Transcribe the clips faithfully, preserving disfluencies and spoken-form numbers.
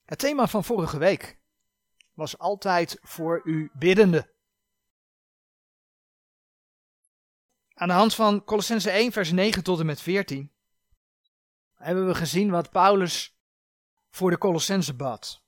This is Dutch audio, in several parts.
Het thema van vorige week was altijd voor u biddende. Aan de hand van Kolossenzen één vers negen tot en met veertien hebben we gezien wat Paulus voor de Kolossenzen bad.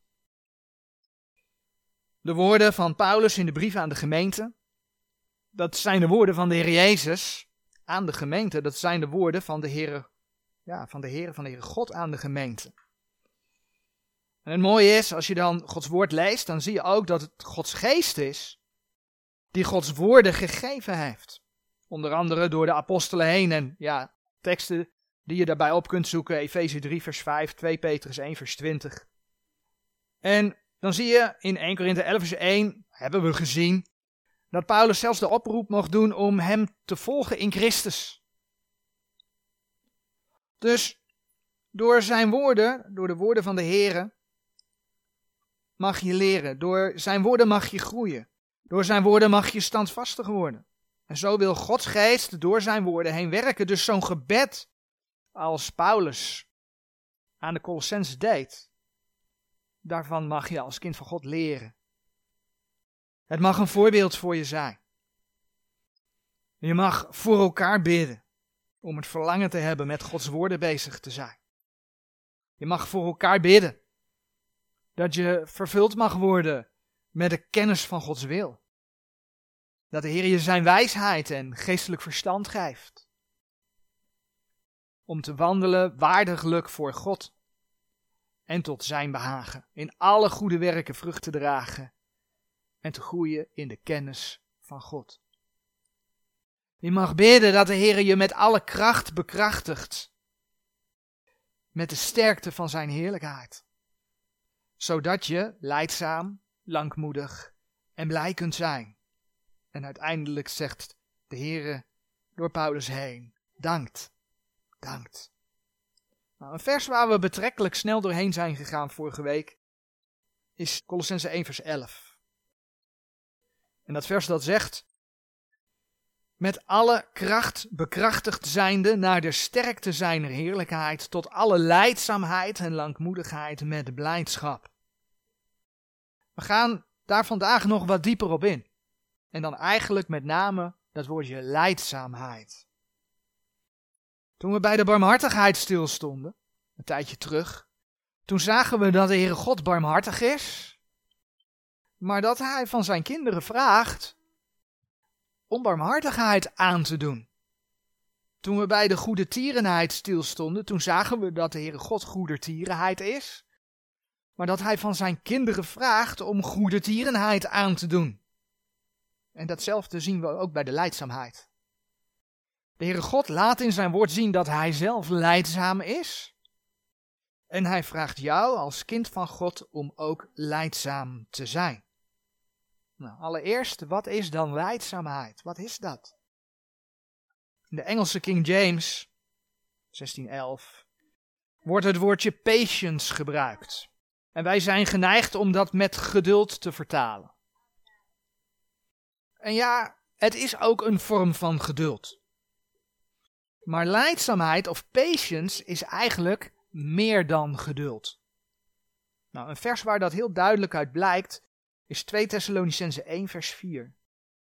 De woorden van Paulus in de brief aan de gemeente, dat zijn de woorden van de Heer Jezus aan de gemeente. Dat zijn de woorden van de Heer, ja, van de Heer, van de Heer God aan de gemeente. En het mooie is, als je dan Gods woord leest, dan zie je ook dat het Gods geest is die Gods woorden gegeven heeft. Onder andere door de apostelen heen en ja, teksten die je daarbij op kunt zoeken. Efeze drie vers vijf, twee Petrus één vers twintig. En dan zie je in eerste Korinthe elf vers één, hebben we gezien, dat Paulus zelfs de oproep mocht doen om hem te volgen in Christus. Dus door zijn woorden, door de woorden van de Heere, mag je leren. Door zijn woorden mag je groeien. Door zijn woorden mag je standvastig worden. En zo wil Gods geest door zijn woorden heen werken. Dus zo'n gebed als Paulus aan de Kolossenzen deed, daarvan mag je als kind van God leren. Het mag een voorbeeld voor je zijn. Je mag voor elkaar bidden om het verlangen te hebben met Gods woorden bezig te zijn. Je mag voor elkaar bidden dat je vervuld mag worden met de kennis van Gods wil. Dat de Heer je zijn wijsheid en geestelijk verstand geeft. Om te wandelen waardiglijk voor God. En tot zijn behagen. In alle goede werken vrucht te dragen. En te groeien in de kennis van God. Je mag bidden dat de Heer je met alle kracht bekrachtigt. Met de sterkte van zijn heerlijkheid. Zodat je lijdzaam, langmoedig en blij kunt zijn. En uiteindelijk zegt de Heere door Paulus heen, dankt, dankt. Nou, een vers waar we betrekkelijk snel doorheen zijn gegaan vorige week is Kolossenzen één vers elf. En dat vers dat zegt, met alle kracht bekrachtigd zijnde naar de sterkte zijner heerlijkheid tot alle lijdzaamheid en langmoedigheid met blijdschap. We gaan daar vandaag nog wat dieper op in. En dan eigenlijk met name dat woordje lijdzaamheid. Toen we bij de barmhartigheid stilstonden, een tijdje terug, toen zagen we dat de Heere God barmhartig is, maar dat hij van zijn kinderen vraagt om barmhartigheid aan te doen. Toen we bij de goedertierenheid stilstonden, toen zagen we dat de Heere God goedertierenheid is, maar dat hij van zijn kinderen vraagt om goedertierenheid aan te doen. En datzelfde zien we ook bij de lijdzaamheid. De Heere God laat in zijn woord zien dat hij zelf lijdzaam is. En hij vraagt jou als kind van God om ook lijdzaam te zijn. Nou, allereerst, wat is dan lijdzaamheid? Wat is dat? In de Engelse King James, zestien elf, wordt het woordje patience gebruikt. En wij zijn geneigd om dat met geduld te vertalen. En ja, het is ook een vorm van geduld. Maar lijdzaamheid of patience is eigenlijk meer dan geduld. Nou, een vers waar dat heel duidelijk uit blijkt is twee Thessalonicenzen één vers vier.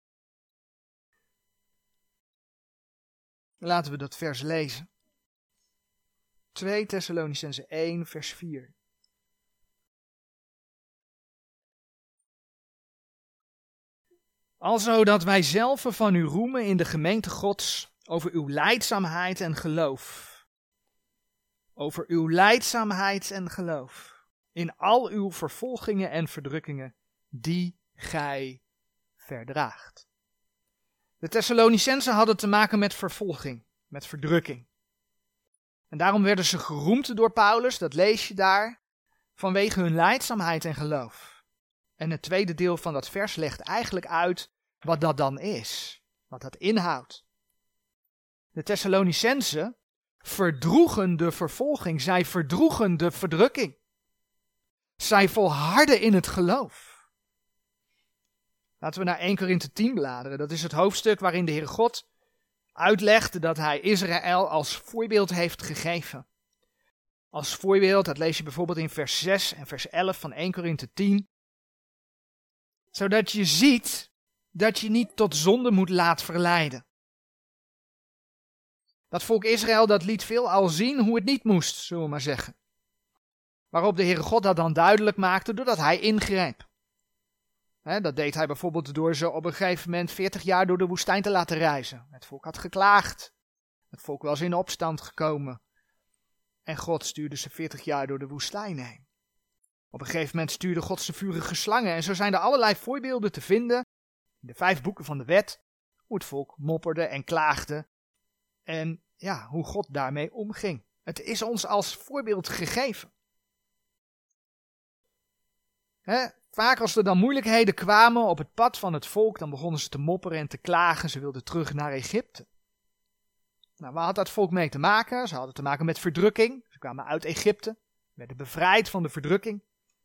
Laten we dat vers lezen. twee Thessalonicenzen één vers vier. Alzo dat wij zelf van u roemen in de gemeente Gods over uw lijdzaamheid en geloof. Over uw lijdzaamheid en geloof. In al uw vervolgingen en verdrukkingen die gij verdraagt. De Thessalonicenzen hadden te maken met vervolging, met verdrukking. En daarom werden ze geroemd door Paulus, dat lees je daar, vanwege hun lijdzaamheid en geloof. En het tweede deel van dat vers legt eigenlijk uit wat dat dan is, wat dat inhoudt. De Thessalonicenzen verdroegen de vervolging, zij verdroegen de verdrukking. Zij volharden in het geloof. Laten we naar eerste Korinthe tien bladeren, dat is het hoofdstuk waarin de Heere God uitlegt dat hij Israël als voorbeeld heeft gegeven. Als voorbeeld, dat lees je bijvoorbeeld in vers zes en vers elf van eerste Korinthe tien. Zodat je ziet dat je niet tot zonde moet laten verleiden. Dat volk Israël, dat liet veel al zien hoe het niet moest, zullen we maar zeggen. Waarop de Heere God dat dan duidelijk maakte doordat hij ingreep. He, dat deed hij bijvoorbeeld door ze op een gegeven moment veertig jaar door de woestijn te laten reizen. Het volk had geklaagd. Het volk was in opstand gekomen. En God stuurde ze veertig jaar door de woestijn heen. Op een gegeven moment stuurde God zijn vurige slangen. En zo zijn er allerlei voorbeelden te vinden in de vijf boeken van de wet. Hoe het volk mopperde en klaagde. En ja, hoe God daarmee omging. Het is ons als voorbeeld gegeven. He, vaak als er dan moeilijkheden kwamen op het pad van het volk, dan begonnen ze te mopperen en te klagen. Ze wilden terug naar Egypte. Nou, waar had dat volk mee te maken? Ze hadden te maken met verdrukking. Ze kwamen uit Egypte, werden bevrijd van de verdrukking.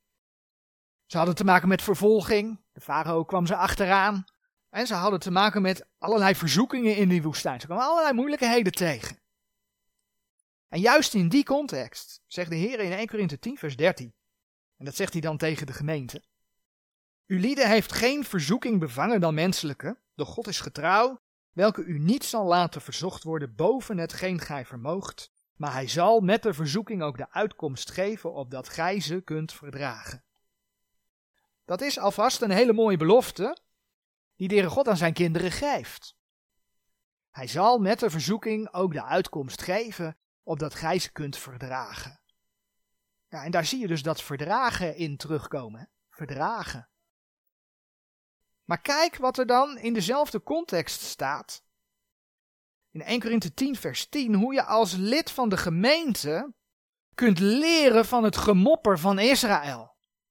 Ze hadden te maken met vervolging. De farao kwam ze achteraan. En ze hadden te maken met allerlei verzoekingen in die woestijn. Ze kwamen allerlei moeilijkheden tegen. En juist in die context zegt de Heer in eerste Korinthe tien vers dertien. En dat zegt hij dan tegen de gemeente. Ulieden heeft geen verzoeking bevangen dan menselijke. De God is getrouw, welke u niet zal laten verzocht worden boven hetgeen gij vermoogt. Maar hij zal met de verzoeking ook de uitkomst geven, opdat gij ze kunt verdragen. Dat is alvast een hele mooie belofte die de Heere God aan zijn kinderen geeft. Hij zal met de verzoeking ook de uitkomst geven, opdat gij ze kunt verdragen. Ja, en daar zie je dus dat verdragen in terugkomen. Hè? Verdragen. Maar kijk wat er dan in dezelfde context staat. In eerste Korinthe tien vers tien, hoe je als lid van de gemeente kunt leren van het gemopper van Israël.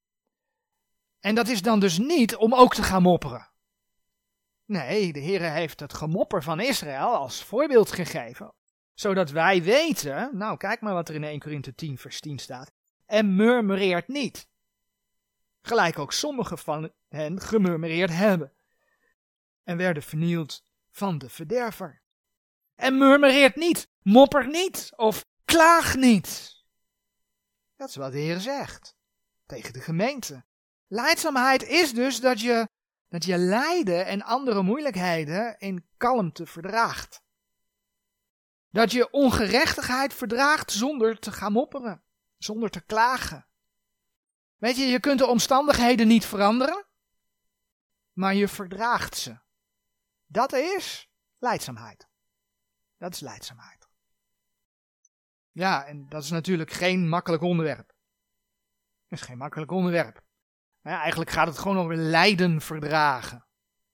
En dat is dan dus niet om ook te gaan mopperen. Nee, de Heere heeft het gemopper van Israël als voorbeeld gegeven. Zodat wij weten, nou kijk maar wat er in eerste Korinthe tien vers tien staat. En murmureert niet. Gelijk ook sommigen van hen gemurmureerd hebben. En werden vernield van de verderver. En murmureert niet, mopper niet of klaag niet. Dat is wat de Heer zegt tegen de gemeente. Lijdzaamheid is dus dat je, dat je lijden en andere moeilijkheden in kalmte verdraagt. Dat je ongerechtigheid verdraagt zonder te gaan mopperen, zonder te klagen. Weet je, je kunt de omstandigheden niet veranderen, maar je verdraagt ze. Dat is lijdzaamheid. Dat is lijdzaamheid. Ja, en dat is natuurlijk geen makkelijk onderwerp. Dat is geen makkelijk onderwerp. Ja, eigenlijk gaat het gewoon over lijden verdragen.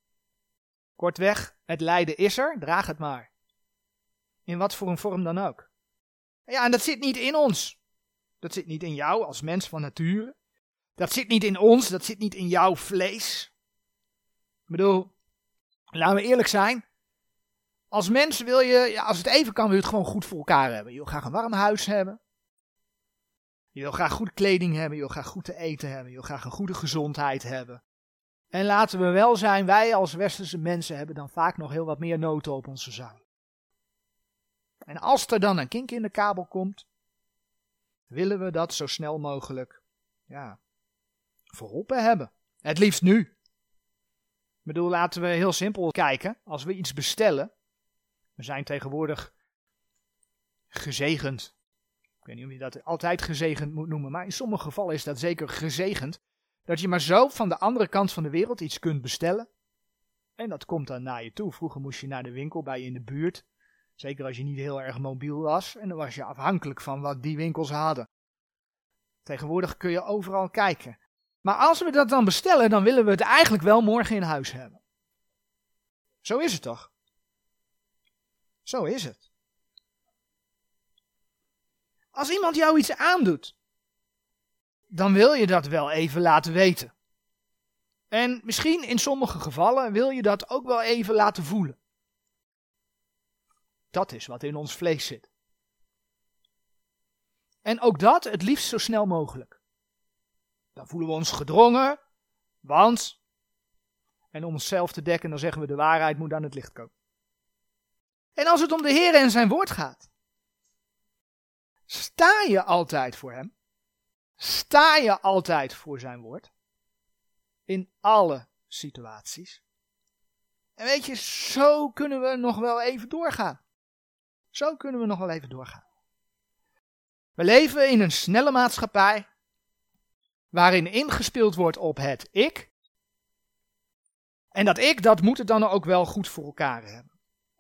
Kortweg, het lijden is er, draag het maar. In wat voor een vorm dan ook. Ja, en dat zit niet in ons. Dat zit niet in jou als mens van nature. Dat zit niet in ons, dat zit niet in jouw vlees. Ik bedoel, laten we eerlijk zijn. Als mens wil je, ja, als het even kan, wil je het gewoon goed voor elkaar hebben. Je wil graag een warm huis hebben. Je wil graag goede kleding hebben, je wil graag goed te eten hebben, je wil graag een goede gezondheid hebben. En laten we wel zijn, wij als westerse mensen hebben dan vaak nog heel wat meer noten op onze zang. En als er dan een kink in de kabel komt, willen we dat zo snel mogelijk, ja, verholpen hebben. Het liefst nu. Ik bedoel, laten we heel simpel kijken, als we iets bestellen. We zijn tegenwoordig gezegend. Ik weet niet of je dat altijd gezegend moet noemen, maar in sommige gevallen is dat zeker gezegend. Dat je maar zo van de andere kant van de wereld iets kunt bestellen. En dat komt dan naar je toe. Vroeger moest je naar de winkel bij je in de buurt. Zeker als je niet heel erg mobiel was. En dan was je afhankelijk van wat die winkels hadden. Tegenwoordig kun je overal kijken. Maar als we dat dan bestellen, dan willen we het eigenlijk wel morgen in huis hebben. Zo is het toch? Zo is het. Als iemand jou iets aandoet, dan wil je dat wel even laten weten. En misschien in sommige gevallen wil je dat ook wel even laten voelen. Dat is wat in ons vlees zit. En ook dat het liefst zo snel mogelijk. Dan voelen we ons gedrongen, want, en om onszelf te dekken, dan zeggen we de waarheid moet aan het licht komen. En als het om de Heer en zijn woord gaat, Sta je altijd voor hem? Sta je altijd voor zijn woord? In alle situaties. En weet je, zo kunnen we nog wel even doorgaan. Zo kunnen we nog wel even doorgaan. We leven in een snelle maatschappij, waarin ingespeeld wordt op het ik. En dat ik, dat moet het dan ook wel goed voor elkaar hebben.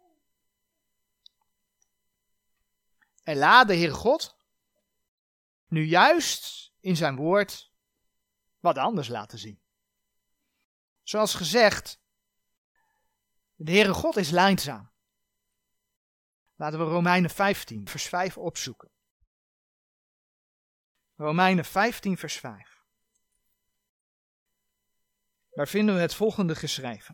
En laat de Heere God nu juist in zijn woord wat anders laten zien. Zoals gezegd, de Heere God is lijdzaam. Laten we Romeinen vijftien, vers vijf opzoeken. Romeinen vijftien, vers vijf. Daar vinden we het volgende geschreven.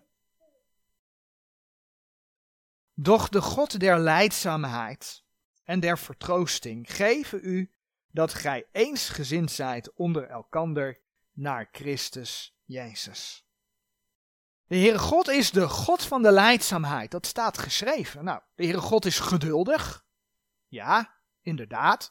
Doch de God der lijdzaamheid en der vertroosting geven u dat gij eensgezind zijt onder elkander naar Christus Jezus. De Heere God is de God van de lijdzaamheid, dat staat geschreven. Nou, de Heere God is geduldig. Ja, inderdaad.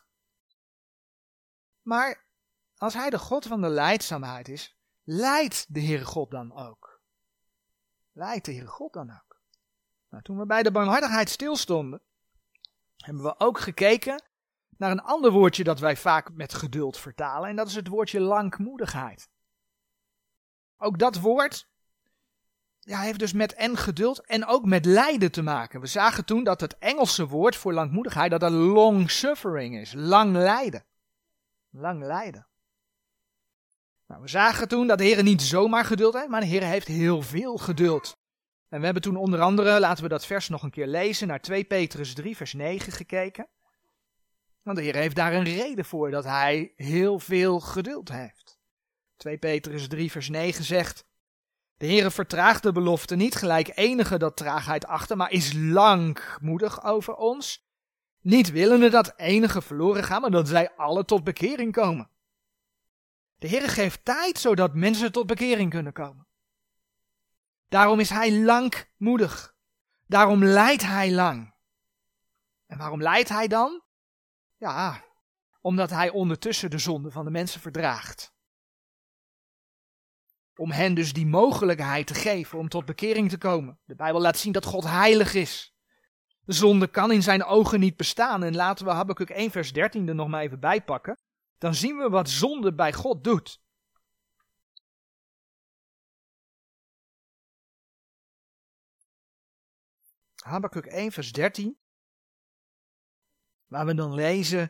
Maar als hij de God van de lijdzaamheid is, lijdt de Heere God dan ook? Lijdt de Heere God dan ook? Nou, toen we bij de barmhartigheid stilstonden, hebben we ook gekeken naar een ander woordje dat wij vaak met geduld vertalen. En dat is het woordje langmoedigheid. Ook dat woord ja, heeft dus met en geduld en ook met lijden te maken. We zagen toen dat het Engelse woord voor langmoedigheid, dat dat long suffering is. Lang lijden. Lang lijden. Nou, we zagen toen dat de Heer niet zomaar geduld heeft, maar de Heer heeft heel veel geduld. En we hebben toen onder andere, laten we dat vers nog een keer lezen, naar twee Petrus drie vers negen gekeken. Want de Heer heeft daar een reden voor dat hij heel veel geduld heeft. twee Petrus drie vers negen zegt: de Heere vertraagt de belofte niet, gelijk enige dat traagheid achter, maar is langmoedig over ons. Niet willende dat enige verloren gaan, maar dat zij alle tot bekering komen. De Heere geeft tijd, zodat mensen tot bekering kunnen komen. Daarom is hij langmoedig. Daarom lijdt hij lang. En waarom lijdt hij dan? Ja, omdat hij ondertussen de zonde van de mensen verdraagt. Om hen dus die mogelijkheid te geven om tot bekering te komen. De Bijbel laat zien dat God heilig is. De zonde kan in zijn ogen niet bestaan. En laten we Habakuk één vers dertien er nog maar even bij pakken. Dan zien we wat zonde bij God doet. Habakuk één vers dertien. Waar we dan lezen: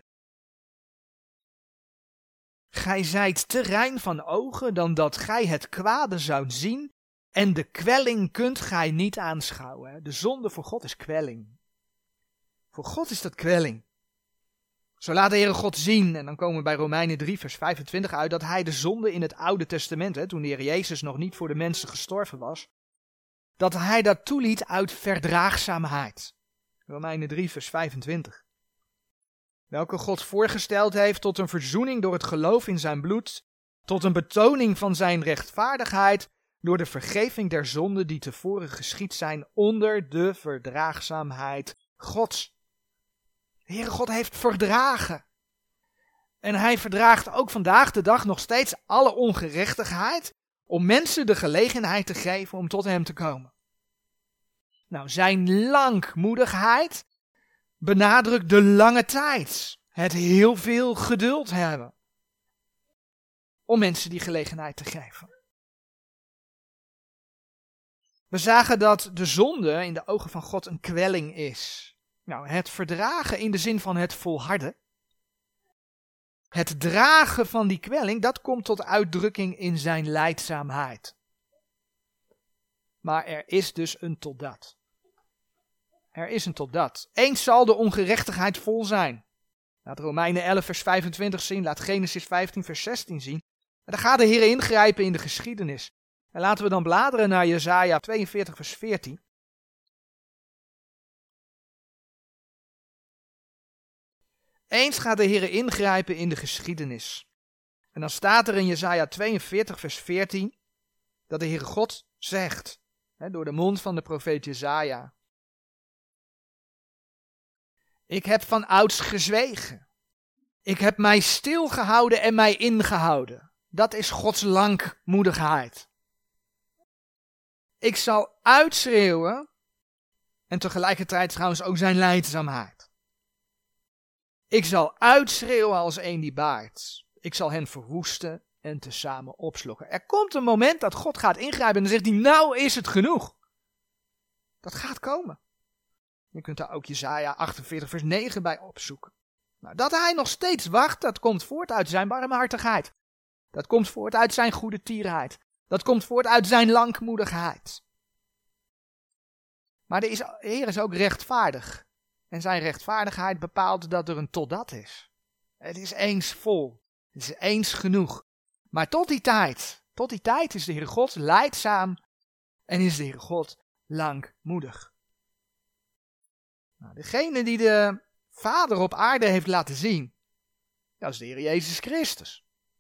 gij zijt te rein van ogen dan dat gij het kwade zoudt zien, en de kwelling kunt gij niet aanschouwen. De zonde voor God is kwelling. Voor God is dat kwelling. Zo laat de Heere God zien, en dan komen we bij Romeinen drie vers vijfentwintig uit, dat hij de zonde in het Oude Testament, hè, toen de Heer Jezus nog niet voor de mensen gestorven was, dat hij dat toeliet uit verdraagzaamheid. Romeinen drie vers vijfentwintig. Welke God voorgesteld heeft tot een verzoening door het geloof in zijn bloed, tot een betoning van zijn rechtvaardigheid, door de vergeving der zonden die tevoren geschied zijn onder de verdraagzaamheid Gods. De Heere God heeft verdragen. En hij verdraagt ook vandaag de dag nog steeds alle ongerechtigheid, om mensen de gelegenheid te geven om tot hem te komen. Nou, zijn langmoedigheid benadrukt de lange tijd, het heel veel geduld hebben, om mensen die gelegenheid te geven. We zagen dat de zonde in de ogen van God een kwelling is. Nou, het verdragen in de zin van het volharden, het dragen van die kwelling, dat komt tot uitdrukking in zijn lijdzaamheid. Maar er is dus een totdat. Er is een totdat. Eens zal de ongerechtigheid vol zijn. Laat Romeinen elf vers vijfentwintig zien, laat Genesis vijftien vers zestien zien. En dan gaat de Heer ingrijpen in de geschiedenis. En laten we dan bladeren naar Jesaja tweeënveertig vers veertien. Eens gaat de Heer ingrijpen in de geschiedenis. En dan staat er in Jesaja tweeënveertig vers veertien dat de Heere God zegt, hè, door de mond van de profeet Jesaja: ik heb van ouds gezwegen Ik heb mij stilgehouden en mij ingehouden. Dat is Gods langmoedigheid. Ik zal uitschreeuwen en tegelijkertijd trouwens ook zijn lijdzaamheid. Ik zal uitschreeuwen als een die baart. Ik zal hen verwoesten en tezamen opslokken. Er komt een moment dat God gaat ingrijpen en dan zegt hij, nou is het genoeg. Dat gaat komen. Je kunt daar ook Jesaja achtenveertig vers negen bij opzoeken. Nou, dat hij nog steeds wacht, dat komt voort uit zijn barmhartigheid. Dat komt voort uit zijn goede tierheid. Dat komt voort uit zijn langmoedigheid. Maar de, is, de Heer is ook rechtvaardig. En zijn rechtvaardigheid bepaalt dat er een totdat is. Het is eens vol. Het is eens genoeg. Maar tot die tijd, tot die tijd is de Heer God lijdzaam en is de Heer God langmoedig. Nou, degene die de Vader op aarde heeft laten zien, dat is de Heer Jezus Christus.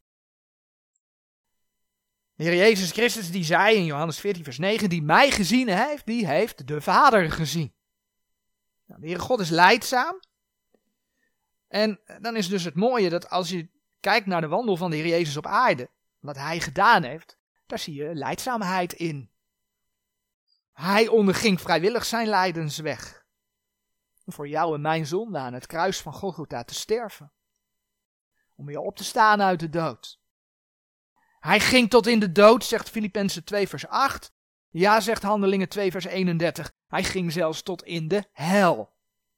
De Heer Jezus Christus die zei in Johannes veertien vers negen, die mij gezien heeft, die heeft de Vader gezien. Nou, de Heer God is lijdzaam. En dan is dus het mooie dat als je kijkt naar de wandel van de Heer Jezus op aarde, wat hij gedaan heeft, daar zie je lijdzaamheid in. Hij onderging vrijwillig zijn lijdensweg. Voor jou en mijn zonde aan het kruis van Golgotha te sterven. Om weer op te staan uit de dood. Hij ging tot in de dood, zegt Filippenzen twee vers acht. Ja, zegt Handelingen twee vers eenendertig. Hij ging zelfs tot in de hel.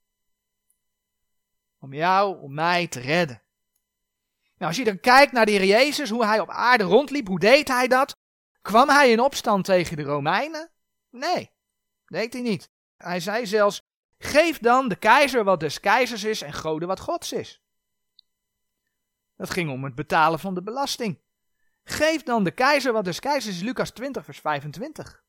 Om jou, om mij te redden. Nou, als je dan kijkt naar de Heer Jezus, hoe hij op aarde rondliep, hoe deed hij dat? Kwam hij in opstand tegen de Romeinen? Nee, deed hij niet. Hij zei zelfs, geef dan de keizer wat des keizers is en Gode wat Gods is. Dat ging om het betalen van de belasting. Geef dan de keizer wat des keizers is, Lucas twintig vers vijfentwintig.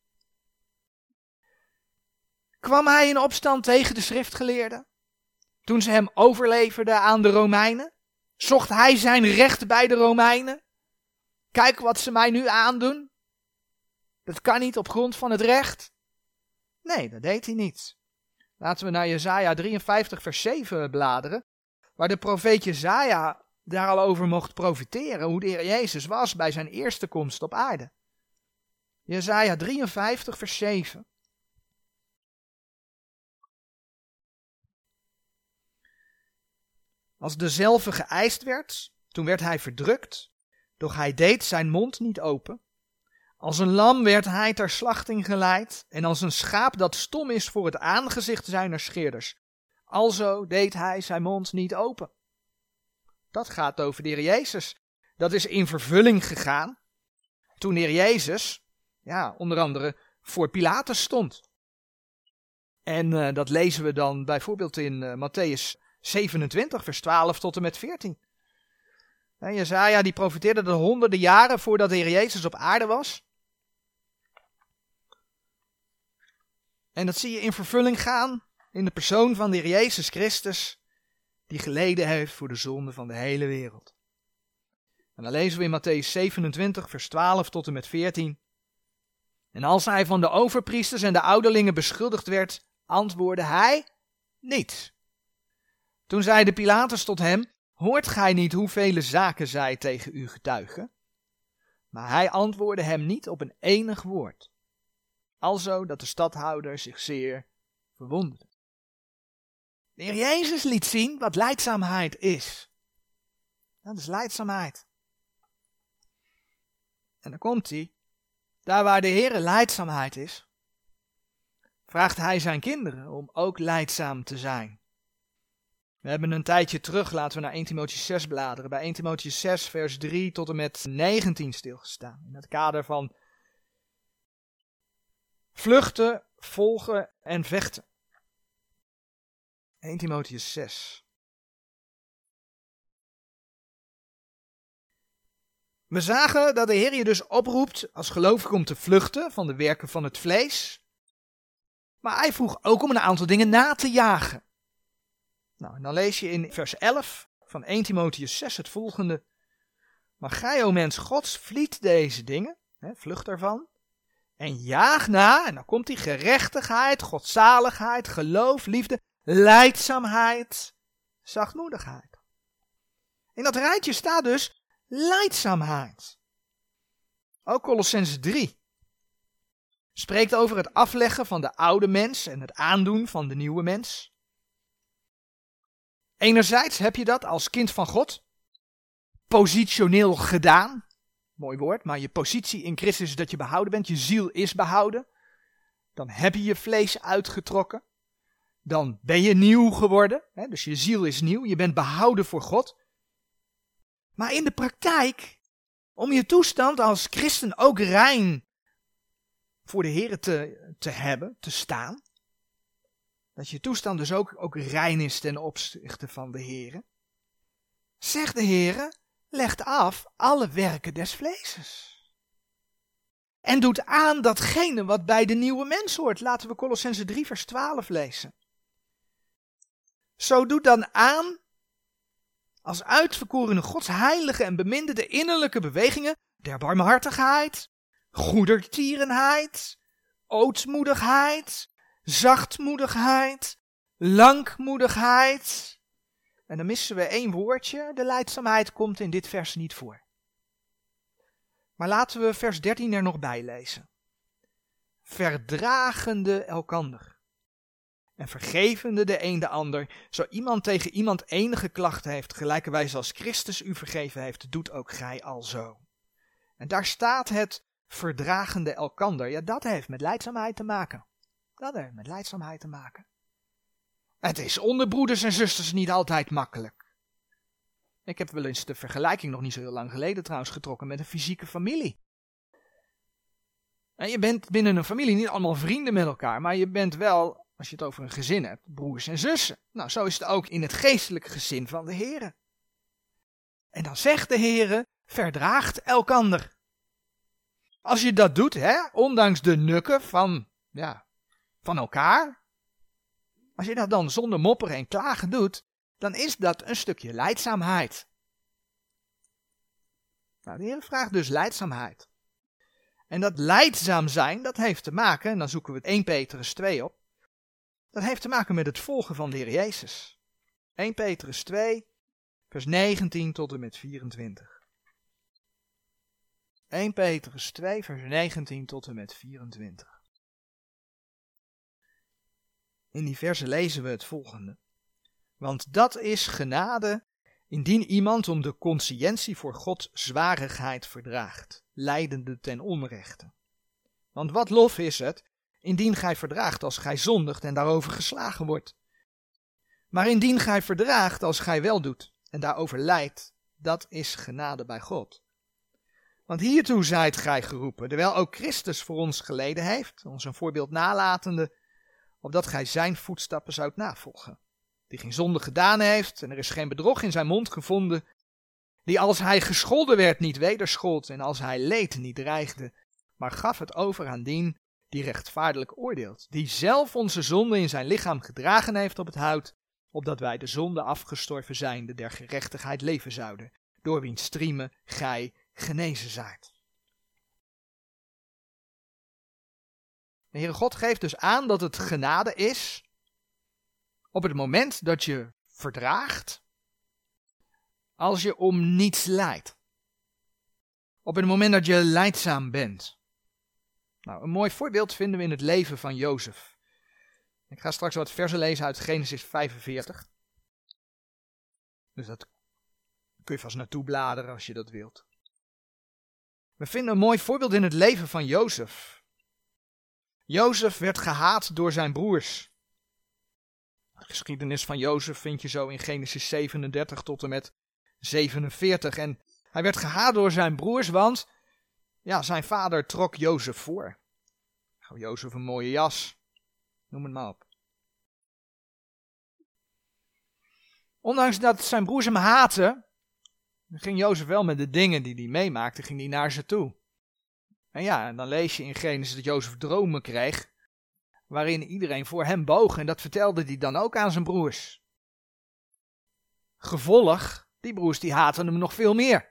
Kwam hij in opstand tegen de schriftgeleerden? Toen ze hem overleverden aan de Romeinen? Zocht hij zijn recht bij de Romeinen? Kijk wat ze mij nu aandoen. Dat kan niet op grond van het recht. Nee, dat deed hij niet. Laten we naar Jesaja drieënvijftig vers zeven bladeren. Waar de profeet Jesaja daar al over mocht profiteren. Hoe de Heer Jezus was bij zijn eerste komst op aarde. Jesaja drieënvijftig vers zeven. Als dezelfde geëist werd, toen werd hij verdrukt, doch hij deed zijn mond niet open. Als een lam werd hij ter slachting geleid, en als een schaap dat stom is voor het aangezicht zijner scheerders. Alzo deed hij zijn mond niet open. Dat gaat over de Heer Jezus. Dat is in vervulling gegaan, toen de Heer Jezus, ja, onder andere voor Pilatus stond. En uh, dat lezen we dan bijvoorbeeld in uh, Matthäus zevenentwintig, vers twaalf tot en met veertien. En Jesaja die profeteerde de honderden jaren voordat de Heer Jezus op aarde was. En dat zie je in vervulling gaan in de persoon van de Heer Jezus Christus, die geleden heeft voor de zonde van de hele wereld. En dan lezen we in Matthäus zevenentwintig, vers twaalf tot en met veertien. En als hij van de overpriesters en de ouderlingen beschuldigd werd, antwoordde hij niet. Toen zeide Pilatus tot hem, hoort gij niet hoeveel zaken zij tegen u getuigen? Maar hij antwoordde hem niet op een enig woord. Alzo dat de stadhouder zich zeer verwonderde. De Heer Jezus liet zien wat lijdzaamheid is. Dat is lijdzaamheid. En dan komt hij. Daar waar de Heer lijdzaamheid is, vraagt hij zijn kinderen om ook lijdzaam te zijn. We hebben een tijdje terug, laten we naar Eerste Timotheüs zes bladeren, bij Eerste Timotheüs zes vers drie tot en met negentien stilgestaan. In het kader van vluchten, volgen en vechten. Eerste Timotheüs zes. We zagen dat de Heer je dus oproept als gelovige om te vluchten van de werken van het vlees. Maar hij vroeg ook om een aantal dingen na te jagen. Nou, en dan lees je in vers elf van Eerste Timotheüs zes het volgende. Maar gij, o mens Gods, vliet deze dingen, hè, vlucht ervan, en jaag na, en dan komt die gerechtigheid, godzaligheid, geloof, liefde, lijdzaamheid, zachtmoedigheid. In dat rijtje staat dus lijdzaamheid. Ook Kolossenzen drie spreekt over het afleggen van de oude mens en het aandoen van de nieuwe mens. Enerzijds heb je dat als kind van God positioneel gedaan. Mooi woord, maar je positie in Christus is dat je behouden bent. Je ziel is behouden. Dan heb je je vlees uitgetrokken. Dan ben je nieuw geworden. Hè? Dus je ziel is nieuw. Je bent behouden voor God. Maar in de praktijk, om je toestand als christen ook rein voor de Heer te, te hebben, te staan. Dat je toestand dus ook, ook rein is ten opzichte van de Heer. Zegt de Heer, legt af alle werken des vleeses. En doet aan datgene wat bij de nieuwe mens hoort. Laten we Kolossenzen drie vers twaalf lezen. Zo doet dan aan, als uitverkorene Gods heilige en beminde de innerlijke bewegingen der barmhartigheid, goedertierenheid, ootmoedigheid, zachtmoedigheid, langmoedigheid. En dan missen we één woordje, de lijdzaamheid komt in dit vers niet voor. Maar laten we vers dertien er nog bij lezen. Verdragende elkander. En vergevende de een de ander, zo iemand tegen iemand enige klachten heeft, gelijkerwijs als Christus u vergeven heeft, doet ook gij alzo. En daar staat het verdragende elkander. Ja, dat heeft met lijdzaamheid te maken. Dat heeft met lijdzaamheid te maken. Het is onder broeders en zusters niet altijd makkelijk. Ik heb wel eens de vergelijking nog niet zo heel lang geleden trouwens getrokken met een fysieke familie. En je bent binnen een familie niet allemaal vrienden met elkaar, maar je bent wel, als je het over een gezin hebt, broers en zussen. Nou, zo is het ook in het geestelijke gezin van de Heere. En dan zegt de Heere, verdraagt elkander. Als je dat doet, hè, ondanks de nukken van, ja, van elkaar. Als je dat dan zonder mopperen en klagen doet, dan is dat een stukje lijdzaamheid. Nou, de Heer vraagt dus lijdzaamheid. En dat lijdzaam zijn, dat heeft te maken, en dan zoeken we het eerste Petrus twee op. Dat heeft te maken met het volgen van de Heer Jezus. eerste Petrus twee, vers negentien tot en met vierentwintig. eerste Petrus twee, vers negentien tot en met vierentwintig. In die versen lezen we het volgende. Want dat is genade, indien iemand om de consciëntie voor God zwarigheid verdraagt, lijdende ten onrechte. Want wat lof is het, indien gij verdraagt als gij zondigt en daarover geslagen wordt. Maar indien gij verdraagt als gij wel doet en daarover lijdt, dat is genade bij God. Want hiertoe zijt gij geroepen, terwijl ook Christus voor ons geleden heeft, ons een voorbeeld nalatende, opdat gij zijn voetstappen zoudt navolgen. Die geen zonde gedaan heeft en er is geen bedrog in zijn mond gevonden, die als hij gescholden werd niet wederschold en als hij leed niet dreigde, maar gaf het over aan dien die rechtvaardelijk oordeelt, die zelf onze zonde in zijn lichaam gedragen heeft op het hout, opdat wij de zonde afgestorven zijnde der gerechtigheid leven zouden, door wiens striemen gij genezen zijt. De Heere God geeft dus aan dat het genade is op het moment dat je verdraagt, als je om niets lijdt. Op het moment dat je lijdzaam bent. Nou, een mooi voorbeeld vinden we in het leven van Jozef. Ik ga straks wat versen lezen uit Genesis vijfenveertig. Dus dat kun je vast naartoe bladeren als je dat wilt. We vinden een mooi voorbeeld in het leven van Jozef. Jozef werd gehaat door zijn broers. De geschiedenis van Jozef vind je zo in Genesis zevenendertig tot en met zevenenveertig. En hij werd gehaat door zijn broers, want ja, zijn vader trok Jozef voor. Gaf Jozef een mooie jas. Noem het maar op. Ondanks dat zijn broers hem haatten, ging Jozef wel met de dingen die hij meemaakte, ging hij naar ze toe. En ja, en dan lees je in Genesis dat Jozef dromen kreeg, waarin iedereen voor hem boog. En dat vertelde hij dan ook aan zijn broers. Gevolg, die broers die haatten hem nog veel meer.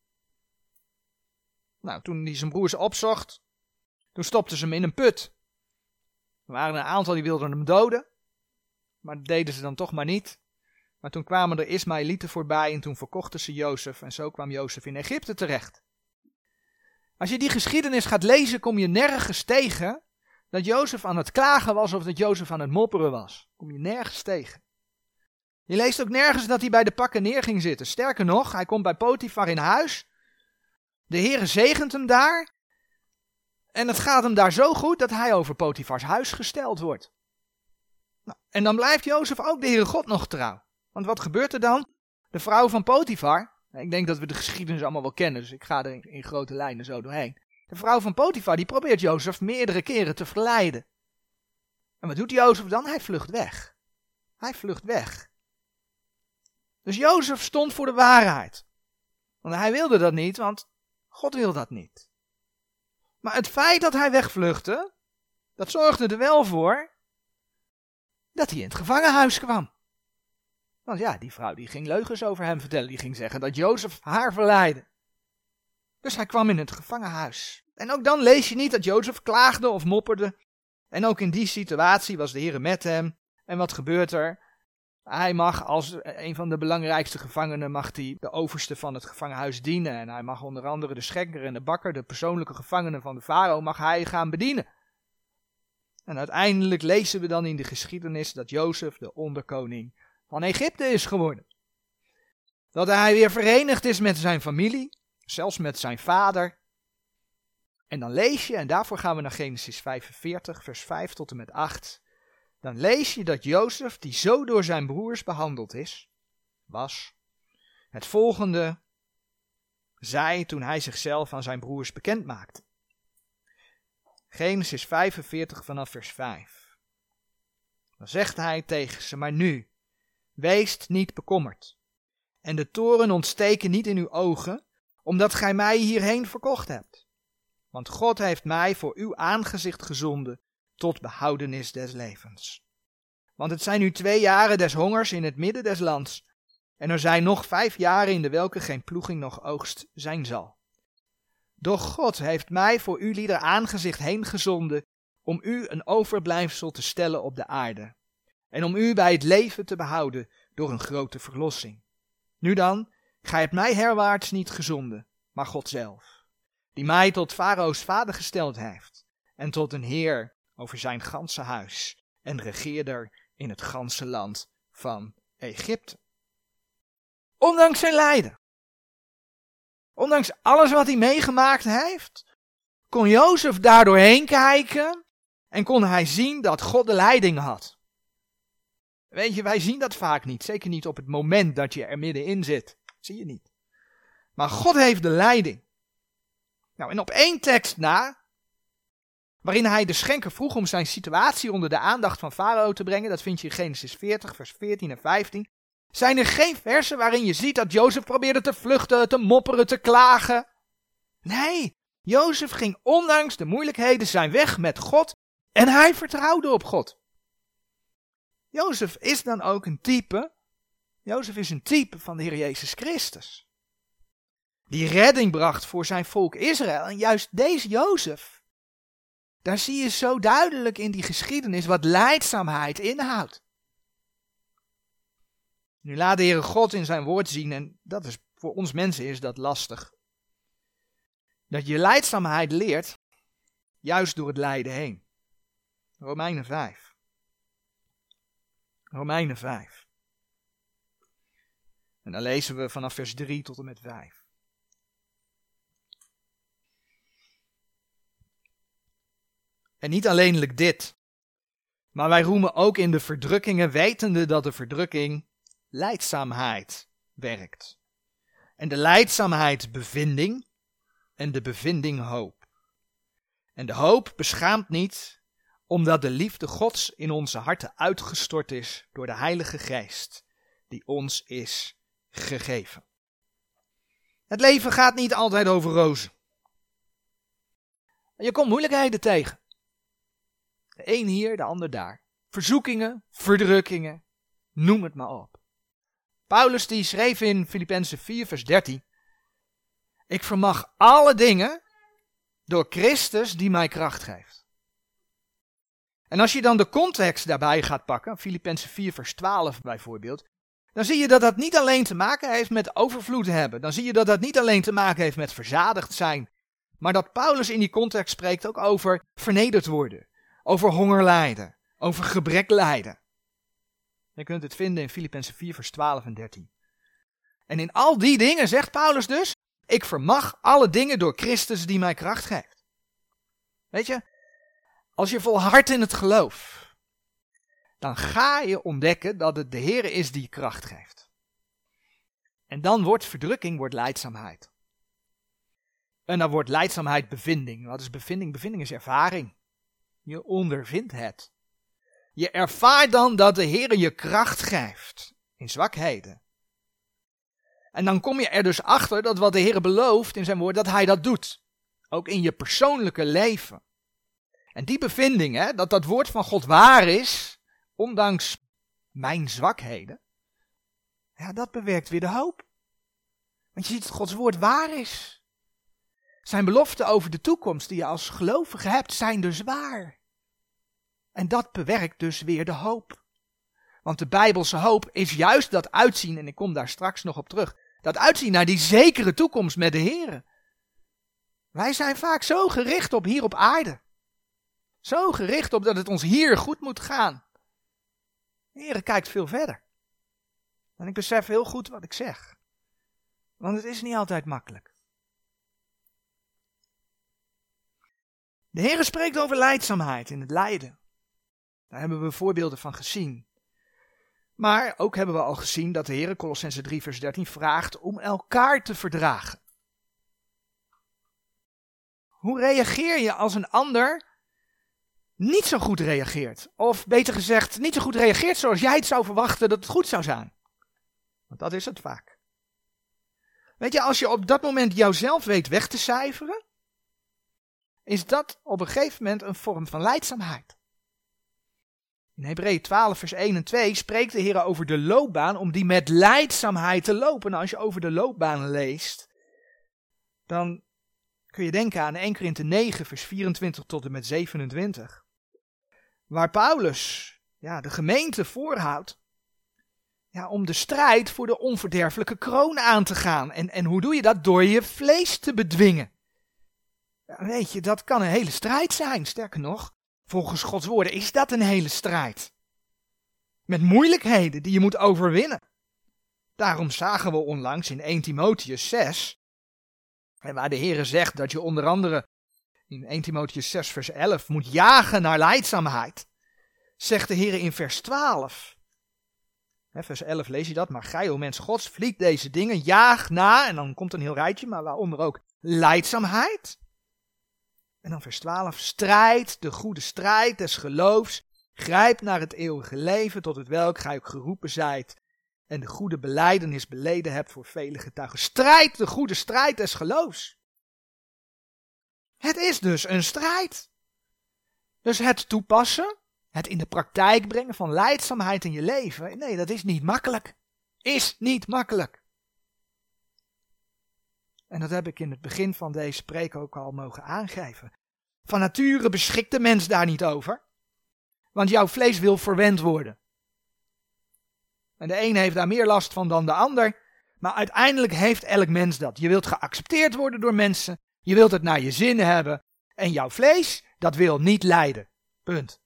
Nou, toen hij zijn broers opzocht, toen stopten ze hem in een put. Er waren een aantal die wilden hem doden, maar dat deden ze dan toch maar niet. Maar toen kwamen er Ismaëlieten voorbij en toen verkochten ze Jozef en zo kwam Jozef in Egypte terecht. Als je die geschiedenis gaat lezen, kom je nergens tegen dat Jozef aan het klagen was of dat Jozef aan het mopperen was. Kom je nergens tegen. Je leest ook nergens dat hij bij de pakken neer ging zitten. Sterker nog, hij komt bij Potifar in huis. De Heere zegent hem daar. En het gaat hem daar zo goed dat hij over Potifars huis gesteld wordt. Nou, en dan blijft Jozef ook de Heere God nog trouw. Want wat gebeurt er dan? De vrouw van Potifar, ik denk dat we de geschiedenis allemaal wel kennen, dus ik ga er in, in grote lijnen zo doorheen. De vrouw van Potifar die probeert Jozef meerdere keren te verleiden. En wat doet Jozef dan? Hij vlucht weg. Hij vlucht weg. Dus Jozef stond voor de waarheid. Want hij wilde dat niet, want God wil dat niet. Maar het feit dat hij wegvluchtte, dat zorgde er wel voor dat hij in het gevangenhuis kwam. Want ja, die vrouw die ging leugens over hem vertellen. Die ging zeggen dat Jozef haar verleidde. Dus hij kwam in het gevangenhuis. En ook dan lees je niet dat Jozef klaagde of mopperde. En ook in die situatie was de Heere met hem. En wat gebeurt er? Hij mag als een van de belangrijkste gevangenen, mag hij de overste van het gevangenhuis dienen. En hij mag onder andere de schekker en de bakker, de persoonlijke gevangenen van de farao, mag hij gaan bedienen. En uiteindelijk lezen we dan in de geschiedenis dat Jozef de onderkoning van Egypte is geworden. Dat hij weer verenigd is met zijn familie, zelfs met zijn vader. En dan lees je, en daarvoor gaan we naar Genesis vijfenveertig, vers vijf tot en met acht. Dan lees je dat Jozef, die zo door zijn broers behandeld is, was, het volgende zei toen hij zichzelf aan zijn broers bekend maakte. Genesis vijfenveertig vanaf vers vijf. Dan zegt hij tegen ze, maar nu, weest niet bekommerd, en de toren ontsteken niet in uw ogen, omdat gij mij hierheen verkocht hebt. Want God heeft mij voor uw aangezicht gezonden, tot behoudenis des levens. Want het zijn nu twee jaren des hongers in het midden des lands, en er zijn nog vijf jaren in de welke geen ploeging noch oogst zijn zal. Doch God heeft mij voor uw lieder aangezicht heen gezonden, om u een overblijfsel te stellen op de aarde, en om u bij het leven te behouden door een grote verlossing. Nu dan, gij hebt mij herwaarts niet gezonden, maar God zelf, die mij tot Farao's vader gesteld heeft, en tot een heer over zijn ganse huis, en regeerder in het ganse land van Egypte. Ondanks zijn lijden, ondanks alles wat hij meegemaakt heeft, kon Jozef daar doorheen kijken en kon hij zien dat God de leiding had. Weet je, wij zien dat vaak niet, zeker niet op het moment dat je er middenin zit, zie je niet. Maar God heeft de leiding. Nou, en op één tekst na, waarin hij de schenker vroeg om zijn situatie onder de aandacht van Farao te brengen, dat vind je in Genesis veertig, vers veertien en vijftien, zijn er geen versen waarin je ziet dat Jozef probeerde te vluchten, te mopperen, te klagen. Nee, Jozef ging ondanks de moeilijkheden zijn weg met God en hij vertrouwde op God. Jozef is dan ook een type, Jozef is een type van de Heer Jezus Christus. Die redding bracht voor zijn volk Israël. En juist deze Jozef, daar zie je zo duidelijk in die geschiedenis wat lijdzaamheid inhoudt. Nu laat de Heere God in zijn woord zien, en dat is voor ons mensen is dat lastig, dat je lijdzaamheid leert, juist door het lijden heen. Romeinen vijf. Romeinen vijf. En dan lezen we vanaf vers drie tot en met vijf. En niet alleenlijk dit, maar wij roemen ook in de verdrukkingen, wetende dat de verdrukking lijdzaamheid werkt. En de lijdzaamheid bevinding, en de bevinding hoop. En de hoop beschaamt niet, omdat de liefde Gods in onze harten uitgestort is door de Heilige Geest, die ons is gegeven. Het leven gaat niet altijd over rozen. Je komt moeilijkheden tegen. De een hier, de ander daar. Verzoekingen, verdrukkingen, noem het maar op. Paulus die schreef in Filippenzen vier vers dertien. Ik vermag alle dingen door Christus die mij kracht geeft. En als je dan de context daarbij gaat pakken, Filippenzen vier vers twaalf bijvoorbeeld, dan zie je dat dat niet alleen te maken heeft met overvloed hebben. Dan zie je dat dat niet alleen te maken heeft met verzadigd zijn. Maar dat Paulus in die context spreekt ook over vernederd worden. Over honger lijden. Over gebrek lijden. Je kunt het vinden in Filippenzen vier vers twaalf en dertien. En in al die dingen zegt Paulus dus, ik vermag alle dingen door Christus die mij kracht geeft. Weet je, als je volhardt in het geloof, dan ga je ontdekken dat het de Heer is die kracht geeft. En dan wordt verdrukking wordt lijdzaamheid. En dan wordt lijdzaamheid bevinding. Wat is bevinding? Bevinding is ervaring. Je ondervindt het. Je ervaart dan dat de Heer je kracht geeft in zwakheden. En dan kom je er dus achter dat wat de Heer belooft in zijn woord, dat hij dat doet. Ook in je persoonlijke leven. En die bevinding, hè, dat dat woord van God waar is, ondanks mijn zwakheden, ja, dat bewerkt weer de hoop. Want je ziet dat Gods woord waar is. Zijn beloften over de toekomst die je als gelovige hebt, zijn dus waar. En dat bewerkt dus weer de hoop. Want de Bijbelse hoop is juist dat uitzien, en ik kom daar straks nog op terug, dat uitzien naar die zekere toekomst met de Heer. Wij zijn vaak zo gericht op hier op aarde. Zo gericht op dat het ons hier goed moet gaan. De Heer kijkt veel verder. En ik besef heel goed wat ik zeg. Want het is niet altijd makkelijk. De Heer spreekt over lijdzaamheid in het lijden. Daar hebben we voorbeelden van gezien. Maar ook hebben we al gezien dat de Heer, Kolossenzen drie vers dertien, vraagt om elkaar te verdragen. Hoe reageer je als een ander niet zo goed reageert? Of beter gezegd, niet zo goed reageert zoals jij het zou verwachten dat het goed zou zijn. Want dat is het vaak. Weet je, als je op dat moment jouzelf weet weg te cijferen, is dat op een gegeven moment een vorm van lijdzaamheid. In Hebreeën twaalf vers één en twee spreekt de Heer over de loopbaan om die met lijdzaamheid te lopen. Nou, als je over de loopbaan leest, dan kun je denken aan Eerste Korinthe negen vers vierentwintig tot en met zevenentwintig. Waar Paulus ja, de gemeente voorhoudt ja, om de strijd voor de onverderfelijke kroon aan te gaan. En, en hoe doe je dat? Door je vlees te bedwingen. Ja, weet je, dat kan een hele strijd zijn. Sterker nog, volgens Gods woorden is dat een hele strijd. Met moeilijkheden die je moet overwinnen. Daarom zagen we onlangs in Eerste Timotheüs zes, en waar de Heer zegt dat je onder andere in Eerste Timotheüs zes vers elf moet jagen naar lijdzaamheid, zegt de Heer in vers twaalf. He, vers elf lees je dat, maar gij, o mens Gods, vliet deze dingen, jaag na, en dan komt een heel rijtje, maar waaronder ook lijdzaamheid. En dan vers twaalf, strijd, de goede strijd des geloofs, grijp naar het eeuwige leven, tot het welk gij ook geroepen zijt, en de goede belijdenis beleden hebt voor vele getuigen. Strijd, de goede strijd des geloofs. Het is dus een strijd. Dus het toepassen, het in de praktijk brengen van lijdzaamheid in je leven, nee, dat is niet makkelijk. Is niet makkelijk. En dat heb ik in het begin van deze preek ook al mogen aangeven. Van nature beschikt de mens daar niet over. Want jouw vlees wil verwend worden. En de een heeft daar meer last van dan de ander. Maar uiteindelijk heeft elk mens dat. Je wilt geaccepteerd worden door mensen. Je wilt het naar je zin hebben. En jouw vlees, dat wil niet lijden. Punt.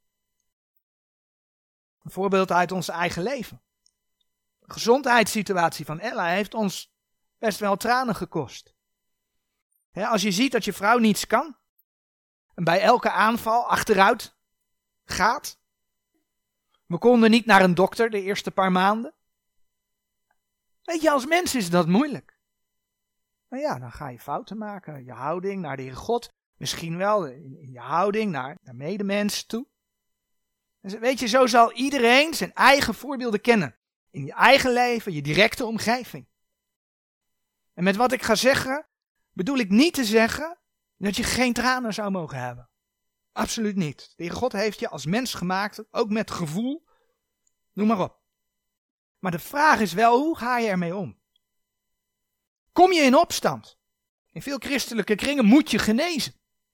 Een voorbeeld uit ons eigen leven. De gezondheidssituatie van Ella heeft ons best wel tranen gekost. He, als je ziet dat je vrouw niets kan. En bij elke aanval achteruit gaat. We konden niet naar een dokter de eerste paar maanden. Weet je, als mens is dat moeilijk. Nou ja, dan ga je fouten maken. Je houding naar de Heer God. Misschien wel in, in je houding naar, naar medemensen toe. Dus weet je, zo zal iedereen zijn eigen voorbeelden kennen. In je eigen leven, je directe omgeving. En met wat ik ga zeggen, bedoel ik niet te zeggen dat je geen tranen zou mogen hebben. Absoluut niet. De Heer God heeft je als mens gemaakt, ook met gevoel. Noem maar op. Maar de vraag is wel, hoe ga je ermee om? Kom je in opstand? In veel christelijke kringen moet je genezen.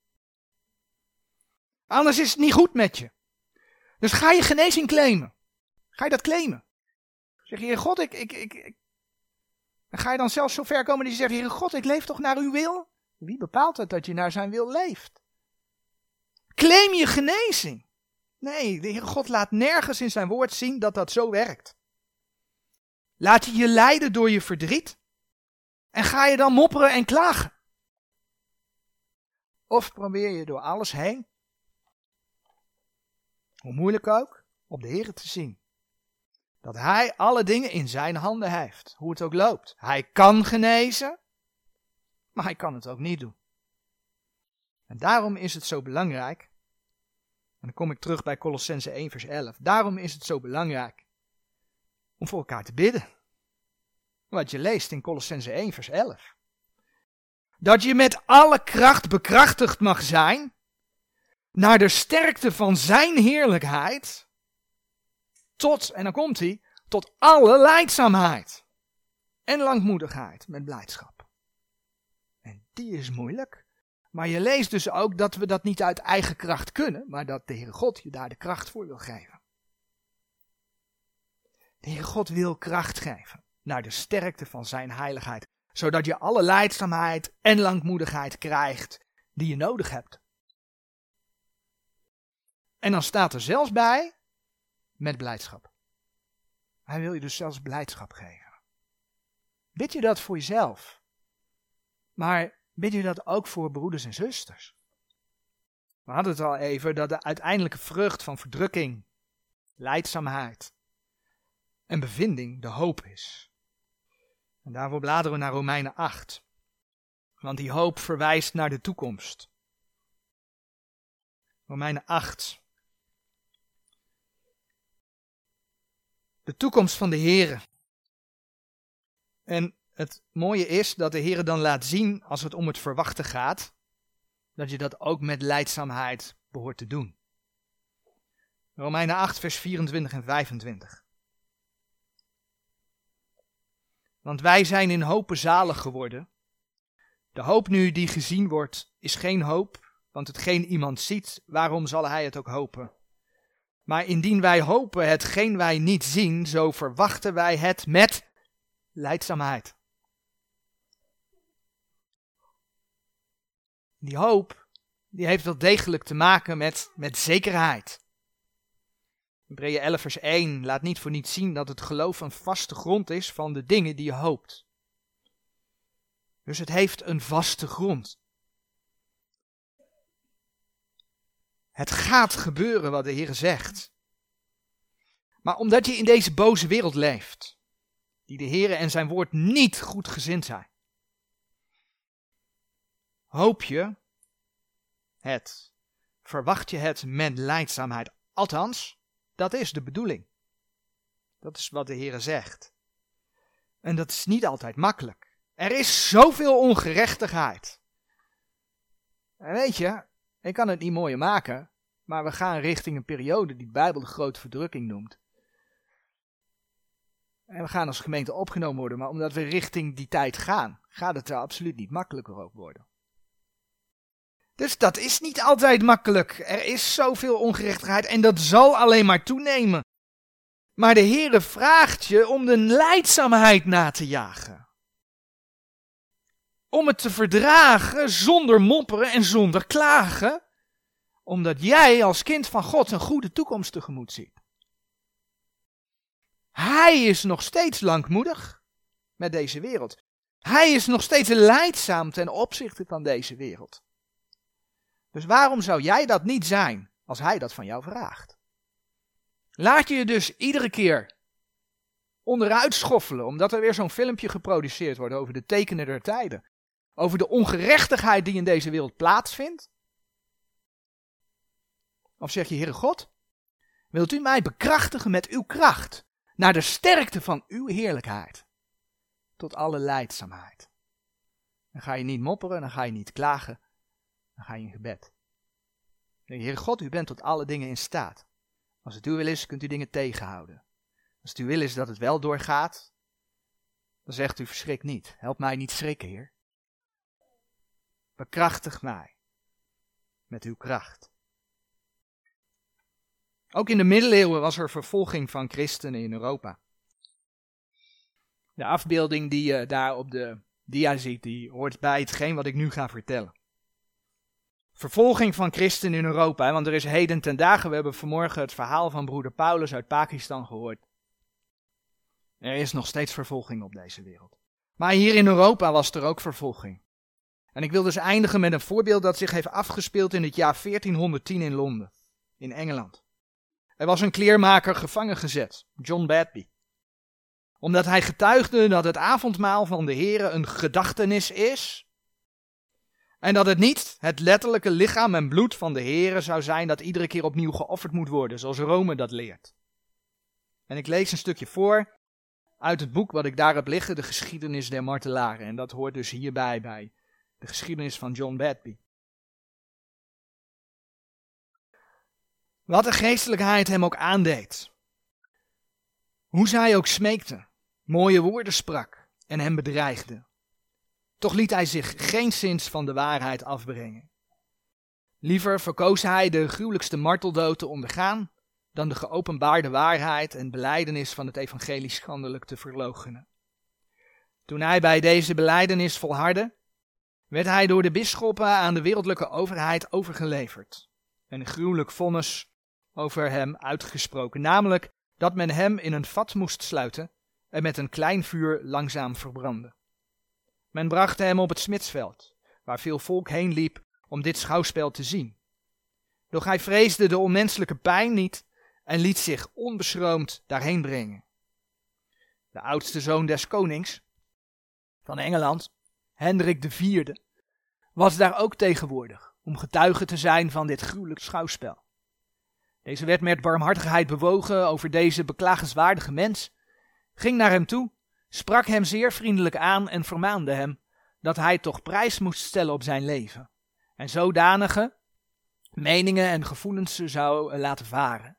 Anders is het niet goed met je. Dus ga je genezing claimen. Ga je dat claimen? Zeg je, Heer God, ik, ik, ik, ik... Dan ga je dan zelfs zo ver komen dat je zegt, Heer God, ik leef toch naar uw wil? Wie bepaalt het dat je naar zijn wil leeft? Claim je genezing. Nee, de Heer God laat nergens in zijn woord zien dat dat zo werkt. Laat je je leiden door je verdriet? En ga je dan mopperen en klagen? Of probeer je door alles heen, hoe moeilijk ook, op de Heer te zien. Dat hij alle dingen in zijn handen heeft, hoe het ook loopt. Hij kan genezen, maar hij kan het ook niet doen. En daarom is het zo belangrijk, en dan kom ik terug bij Kolossenzen één vers elf, daarom is het zo belangrijk om voor elkaar te bidden. Wat je leest in Kolossenzen één vers elf. Dat je met alle kracht bekrachtigd mag zijn, naar de sterkte van zijn heerlijkheid, tot, en dan komt hij, tot alle lijdzaamheid en langmoedigheid met blijdschap. En die is moeilijk, maar je leest dus ook dat we dat niet uit eigen kracht kunnen, maar dat de Heere God je daar de kracht voor wil geven. De Heere God wil kracht geven, naar de sterkte van zijn heiligheid, zodat je alle lijdzaamheid en langmoedigheid krijgt die je nodig hebt. En dan staat er zelfs bij, met blijdschap. Hij wil je dus zelfs blijdschap geven. Bid je dat voor jezelf? Maar bid je dat ook voor broeders en zusters? We hadden het al even dat de uiteindelijke vrucht van verdrukking, lijdzaamheid en bevinding de hoop is. En daarvoor bladeren we naar Romeinen acht. Want die hoop verwijst naar de toekomst. Romeinen acht. De toekomst van de Heere. En het mooie is dat de Heere dan laat zien, als het om het verwachten gaat, dat je dat ook met lijdzaamheid behoort te doen. Romeinen acht vers vierentwintig en vijfentwintig. Want wij zijn in hope zalig geworden. De hoop nu die gezien wordt, is geen hoop, want hetgeen iemand ziet, waarom zal hij het ook hopen? Maar indien wij hopen hetgeen wij niet zien, zo verwachten wij het met lijdzaamheid. Die hoop, die heeft wel degelijk te maken met, met zekerheid. Hebreeën elf vers één laat niet voor niets zien dat het geloof een vaste grond is van de dingen die je hoopt. Dus het heeft een vaste grond. Het gaat gebeuren wat de Heer zegt. Maar omdat je in deze boze wereld leeft, die de Heer en zijn woord niet goedgezind zijn, hoop je het, verwacht je het met lijdzaamheid. Althans, dat is de bedoeling. Dat is wat de Heer zegt. En dat is niet altijd makkelijk. Er is zoveel ongerechtigheid. En weet je, ik kan het niet mooier maken, maar we gaan richting een periode die de Bijbel de grote verdrukking noemt. En we gaan als gemeente opgenomen worden, maar omdat we richting die tijd gaan, gaat het er absoluut niet makkelijker op worden. Dus dat is niet altijd makkelijk. Er is zoveel ongerechtigheid en dat zal alleen maar toenemen. Maar de Heere vraagt je om de lijdzaamheid na te jagen. Om het te verdragen zonder mopperen en zonder klagen. Omdat jij als kind van God een goede toekomst tegemoet ziet. Hij is nog steeds langmoedig met deze wereld. Hij is nog steeds lijdzaam ten opzichte van deze wereld. Dus waarom zou jij dat niet zijn als hij dat van jou vraagt? Laat je je dus iedere keer onderuit schoffelen, omdat er weer zo'n filmpje geproduceerd wordt over de tekenen der tijden. Over de ongerechtigheid die in deze wereld plaatsvindt. Of zeg je, Heere God, wilt u mij bekrachtigen met uw kracht, naar de sterkte van uw heerlijkheid, tot alle lijdzaamheid. Dan ga je niet mopperen, dan ga je niet klagen, dan ga je in gebed. Heere God, u bent tot alle dingen in staat. Als het uw wil is, kunt u dingen tegenhouden. Als het uw wil is dat het wel doorgaat, dan zegt u, verschrik niet. Help mij niet schrikken, Heer. Bekrachtig mij met uw kracht. Ook in de middeleeuwen was er vervolging van christenen in Europa. De afbeelding die je daar op de dia ziet, die hoort bij hetgeen wat ik nu ga vertellen. Vervolging van christenen in Europa, want er is heden ten dagen, we hebben vanmorgen het verhaal van broeder Paulus uit Pakistan gehoord. Er is nog steeds vervolging op deze wereld. Maar hier in Europa was er ook vervolging. En ik wil dus eindigen met een voorbeeld dat zich heeft afgespeeld in het jaar veertienhonderdtien in Londen, in Engeland. Er was een kleermaker gevangen gezet, John Badby. Omdat hij getuigde dat het avondmaal van de Here een gedachtenis is. En dat het niet het letterlijke lichaam en bloed van de Here zou zijn dat iedere keer opnieuw geofferd moet worden, zoals Rome dat leert. En ik lees een stukje voor uit het boek wat ik daar heb liggen, de geschiedenis der martelaren. En dat hoort dus hierbij bij de geschiedenis van John Badby. Wat de geestelijkheid hem ook aandeed. Hoe zij ook smeekte, mooie woorden sprak en hem bedreigde. Toch liet hij zich geenszins van de waarheid afbrengen. Liever verkoos hij de gruwelijkste marteldood te ondergaan dan de geopenbaarde waarheid en belijdenis van het evangelie schandelijk te verloochenen. Toen hij bij deze belijdenis volhardde, werd hij door de bisschoppen aan de wereldlijke overheid overgeleverd en een gruwelijk vonnis over hem uitgesproken, namelijk dat men hem in een vat moest sluiten en met een klein vuur langzaam verbranden. Men bracht hem op het smidsveld, waar veel volk heen liep om dit schouwspel te zien. Doch hij vreesde de onmenselijke pijn niet en liet zich onbeschroomd daarheen brengen. De oudste zoon des konings van Engeland, Hendrik de vierde, was daar ook tegenwoordig om getuige te zijn van dit gruwelijk schouwspel. Deze werd met barmhartigheid bewogen over deze beklagenswaardige mens, ging naar hem toe, sprak hem zeer vriendelijk aan en vermaande hem dat hij toch prijs moest stellen op zijn leven en zodanige meningen en gevoelens zou laten varen.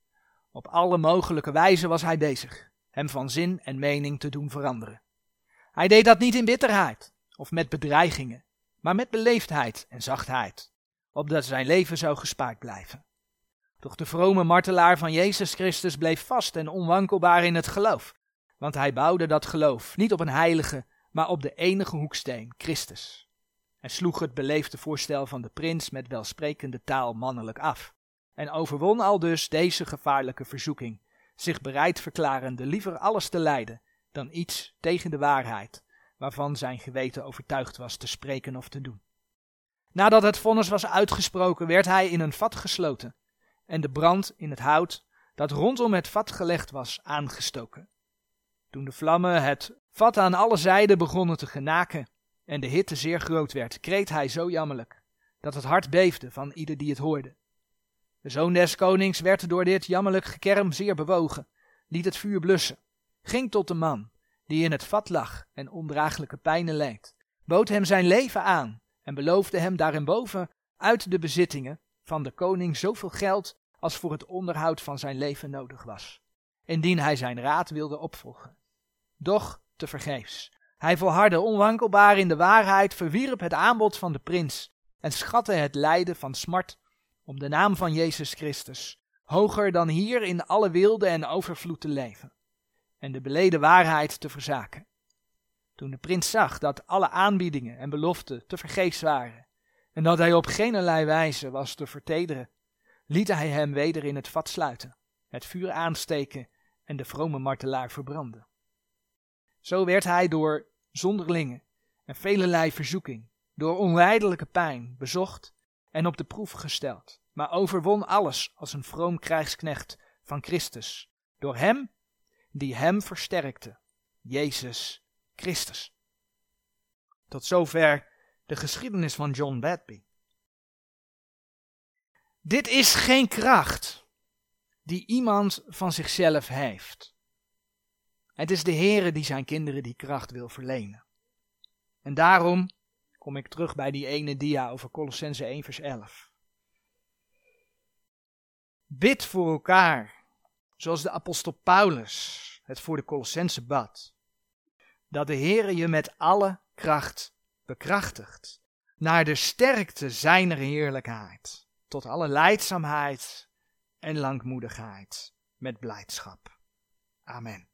Op alle mogelijke wijze was hij bezig hem van zin en mening te doen veranderen. Hij deed dat niet in bitterheid of met bedreigingen, maar met beleefdheid en zachtheid, opdat zijn leven zou gespaard blijven. Doch de vrome martelaar van Jezus Christus bleef vast en onwankelbaar in het geloof, want hij bouwde dat geloof niet op een heilige, maar op de enige hoeksteen, Christus. En sloeg het beleefde voorstel van de prins met welsprekende taal mannelijk af, en overwon aldus deze gevaarlijke verzoeking, zich bereid verklarende liever alles te lijden dan iets tegen de waarheid, waarvan zijn geweten overtuigd was te spreken of te doen. Nadat het vonnis was uitgesproken, werd hij in een vat gesloten en de brand in het hout dat rondom het vat gelegd was aangestoken. Toen de vlammen het vat aan alle zijden begonnen te genaken en de hitte zeer groot werd, kreet hij zo jammerlijk dat het hart beefde van ieder die het hoorde. De zoon des konings werd door dit jammerlijk gekerm zeer bewogen, liet het vuur blussen, ging tot de man die in het vat lag en ondraaglijke pijnen leed, bood hem zijn leven aan en beloofde hem daarenboven uit de bezittingen van de koning zoveel geld als voor het onderhoud van zijn leven nodig was, indien hij zijn raad wilde opvolgen. Doch tevergeefs. Hij volhardde onwankelbaar in de waarheid, verwierp het aanbod van de prins en schatte het lijden van smart om de naam van Jezus Christus hoger dan hier in alle weelde en overvloed te leven en de beleden waarheid te verzaken. Toen de prins zag dat alle aanbiedingen en beloften tevergeefs waren en dat hij op geenerlei wijze was te vertederen, liet hij hem weder in het vat sluiten, het vuur aansteken en de vrome martelaar verbranden. Zo werd hij door zonderlinge en velelei verzoeking, door onlijdelijke pijn bezocht en op de proef gesteld, maar overwon alles als een vroom krijgsknecht van Christus, door hem die hem versterkte, Jezus Christus. Tot zover de geschiedenis van John Badby. Dit is geen kracht die iemand van zichzelf heeft. Het is de Heere die zijn kinderen die kracht wil verlenen. En daarom kom ik terug bij die ene dia over Kolossenzen één vers elf. Bid voor elkaar, zoals de apostel Paulus het voor de Kolossenzen bad, dat de Heere je met alle kracht bekrachtigt, naar de sterkte zijner heerlijkheid, tot alle lijdzaamheid en langmoedigheid met blijdschap. Amen.